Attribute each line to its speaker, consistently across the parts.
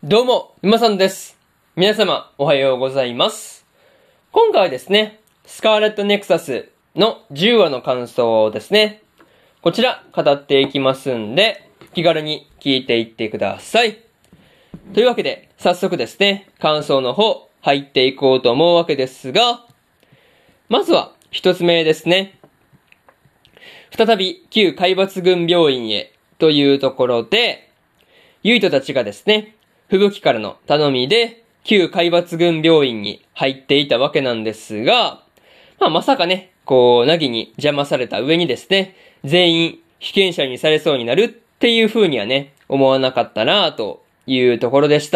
Speaker 1: どうも、沼さんです。皆様、おはようございます。今回はですね、スカーレットネクサスの10話の感想をですね、こちら語っていきますんで、気軽に聞いていってください。というわけで、早速ですね、感想の方、入っていこうと思うわけですが、まずは、一つ目ですね。再び、旧海抜軍病院へ、というところで、ユイトたちがですね、吹雪からの頼みで、旧海抜軍病院に入っていたわけなんですが、まさかね、ナギに邪魔された上にですね、全員被験者にされそうになるっていう風にはね、思わなかったなぁというところでした。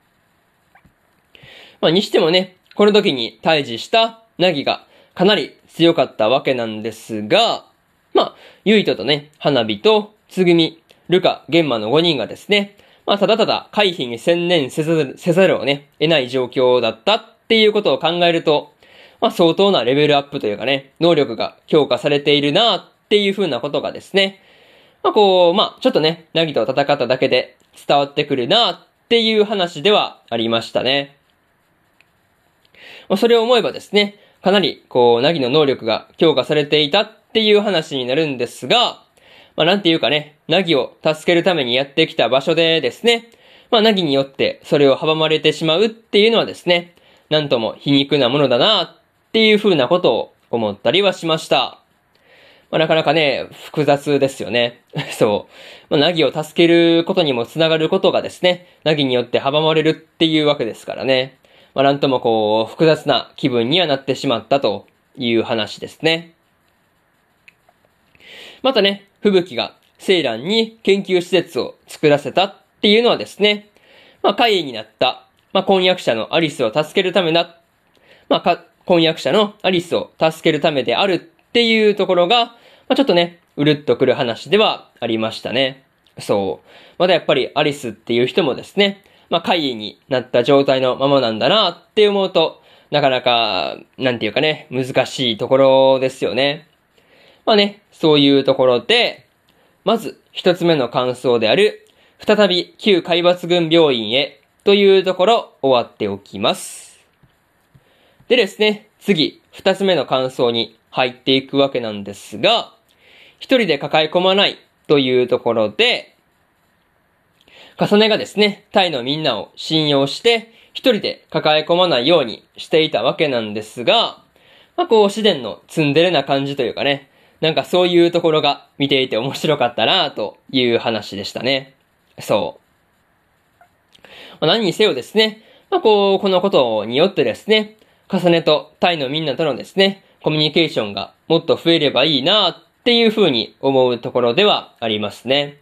Speaker 1: にしてもね、この時に対峙したナギがかなり強かったわけなんですが、ユイトとね、花火と、つぐみ、ルカ、ゲンマの5人がですね、ただただ回避に専念せざるをね、得ない状況だったっていうことを考えると、相当なレベルアップというかね、能力が強化されているなっていう風なことがですね、ちょっとね、ナギと戦っただけで伝わってくるなっていう話ではありましたね。それを思えばですね、かなり、ナギの能力が強化されていたっていう話になるんですが、なんていうかね、ナギを助けるためにやってきた場所でですね、ナギによってそれを阻まれてしまうっていうのはですね、なんとも皮肉なものだなっていう風なことを思ったりはしました。なかなかね、複雑ですよね。そう。ナギを助けることにもつながることがですね、ナギによって阻まれるっていうわけですからね。なんとも複雑な気分にはなってしまったという話ですね。またね、吹雪がセイランに研究施設を作らせたっていうのはですね、怪異になった、婚約者のアリスを助けるためだ、婚約者のアリスを助けるためであるっていうところが、ちょっとね、うるっとくる話ではありましたね。そう。まだやっぱりアリスっていう人もですね、怪異になった状態のままなんだなって思うと、なかなか、なんていうかね、難しいところですよね。そういうところで、まず一つ目の感想である、再び旧海抜軍病院へというところ終わっておきます。でですね、次、二つ目の感想に入っていくわけなんですが、一人で抱え込まないというところで、重ねがですね、タイのみんなを信用して、一人で抱え込まないようにしていたわけなんですが、自然のツンデレな感じというかね、なんかそういうところが見ていて面白かったなという話でしたね。そう。何にせよですね、このことによってですね、重ねとタイのみんなとのですね、コミュニケーションがもっと増えればいいなっていうふうに思うところではありますね。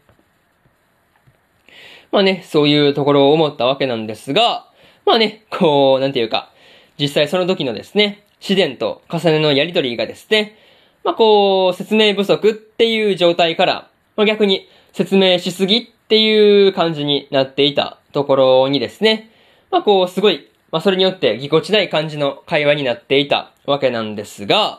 Speaker 1: そういうところを思ったわけなんですが、なんていうか、実際その時のですね、自然と重ねのやりとりがですね、説明不足っていう状態から、逆に説明しすぎっていう感じになっていたところにですね、すごい、それによってぎこちない感じの会話になっていたわけなんですが、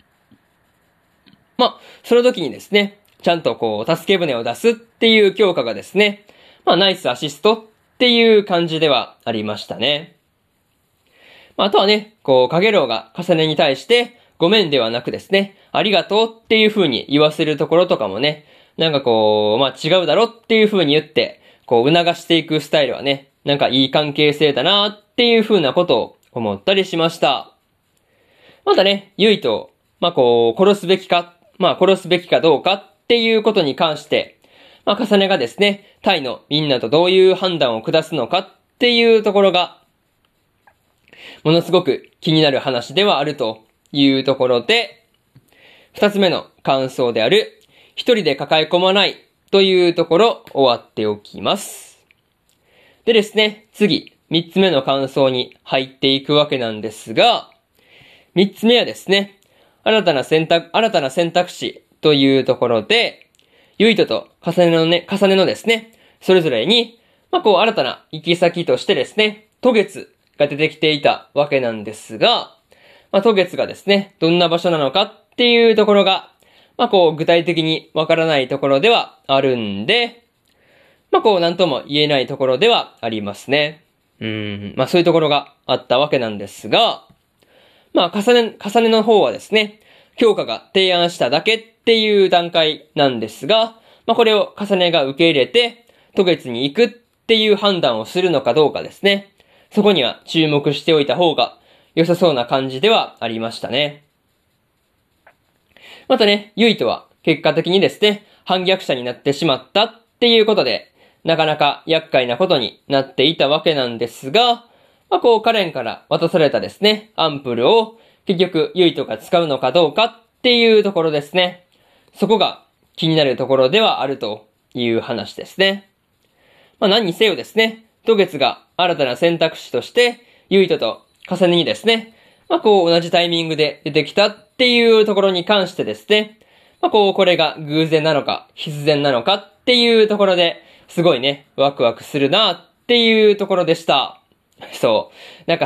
Speaker 1: その時にですね、ちゃんと助け舟を出すっていう強化がですね、ナイスアシストっていう感じではありましたね。あとはね、カゲロウが重ねに対して、ごめんではなくですね、ありがとうっていう風に言わせるところとかもね、なんか違うだろっていう風に言って、促していくスタイルはね、なんかいい関係性だなっていう風なことを思ったりしました。またね、ユイと、殺すべきかどうかっていうことに関して、重ねがですね、タイのみんなとどういう判断を下すのかっていうところが、ものすごく気になる話ではあるというところで、二つ目の感想である、一人で抱え込まないというところ終わっておきます。でですね、次、三つ目の感想に入っていくわけなんですが、三つ目はですね、新たな選択肢というところで、ユイトと重ねのですね、それぞれに、新たな行き先としてですね、渡月が出てきていたわけなんですが、渡月がですね、どんな場所なのかっていうところが、具体的にわからないところではあるんで、 なんとも言えないところではありますね。そういうところがあったわけなんですが、重ねの方はですね、教科が提案しただけっていう段階なんですが、これを重ねが受け入れて、渡月に行くっていう判断をするのかどうかですね。そこには注目しておいた方が良さそうな感じではありましたね。またね、ユイとは結果的にですね、反逆者になってしまったっていうことで、なかなか厄介なことになっていたわけなんですが、カレンから渡されたですね、アンプルを結局ユイとが使うのかどうかっていうところですね。そこが気になるところではあるという話ですね。何にせよですね、渡月が新たな選択肢としてユイと重ねにですね、同じタイミングで出てきたっていうところに関してですね、これが偶然なのか必然なのかっていうところですごいね、ワクワクするなっていうところでした。そう。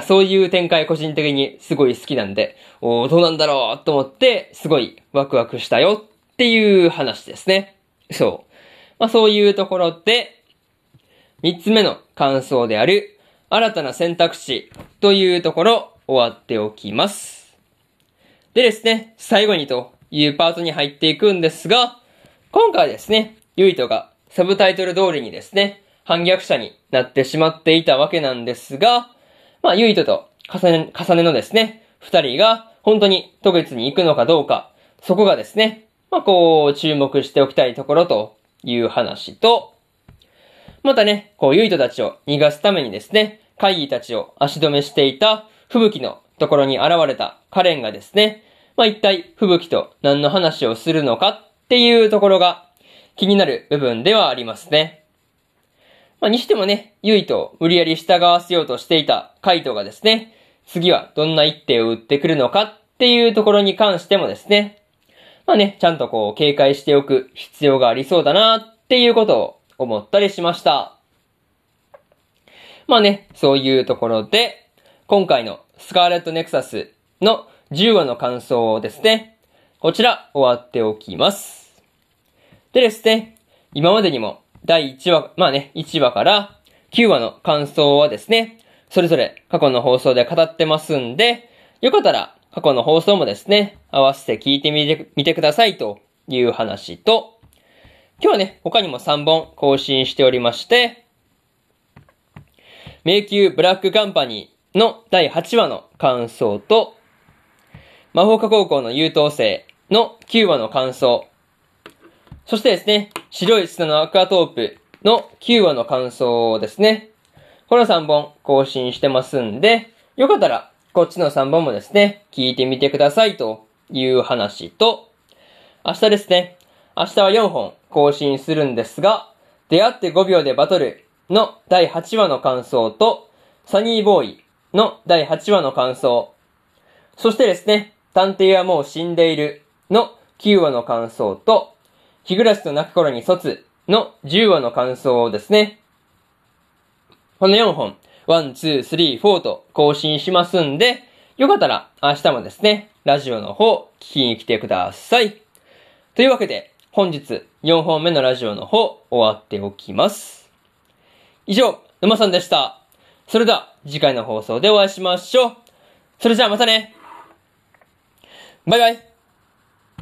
Speaker 1: そういう展開個人的にすごい好きなんで、どうなんだろうと思って、すごいワクワクしたよっていう話ですね。そう。そういうところで、三つ目の感想である、新たな選択肢というところ、終わっておきます。でですね、最後にというパートに入っていくんですが、今回ですね、ユイトがサブタイトル通りにですね、反逆者になってしまっていたわけなんですが、ユイトと重ねのですね、二人が本当に渡月に行くのかどうか、そこがですね、注目しておきたいところという話と、またね、ユイトたちを逃がすためにですね、カイーたちを足止めしていた吹雪のところに現れたカレンがですね、一体吹雪と何の話をするのかっていうところが気になる部分ではありますね。にしてもね、ユイとを無理やり従わせようとしていたカイトがですね、次はどんな一手を打ってくるのかっていうところに関してもですね、ちゃんと警戒しておく必要がありそうだなっていうことを思ったりしました。そういうところで、今回のスカーレットネクサスの10話の感想をですね、こちら終わっておきます。でですね、今までにも第1話、1話から9話の感想はですね、それぞれ過去の放送で語ってますんで、よかったら過去の放送もですね、合わせて聞いてみてくださいという話と、今日はね、他にも3本更新しておりまして、迷宮ブラックカンパニーの第8話の感想と、魔法科高校の優等生の9話の感想、そしてですね、白い砂のアクアトープの9話の感想ですね。この3本更新してますんで、よかったらこっちの3本もですね、聞いてみてくださいという話と、明日ですね、明日は4本更新するんですが、出会って5秒でバトルの第8話の感想と、サニーボーイの第8話の感想、そしてですね、探偵はもう死んでいるの9話の感想と、日暮らしと泣く頃に卒の10話の感想ですね。この4本、1、2、3、4と更新しますんで、よかったら明日もですね、ラジオの方聞きに来てください。というわけで、本日4本目のラジオの方終わっておきます。以上、沼さんでした。それでは次回の放送でお会いしましょう。それじゃあまたね。バイバイ。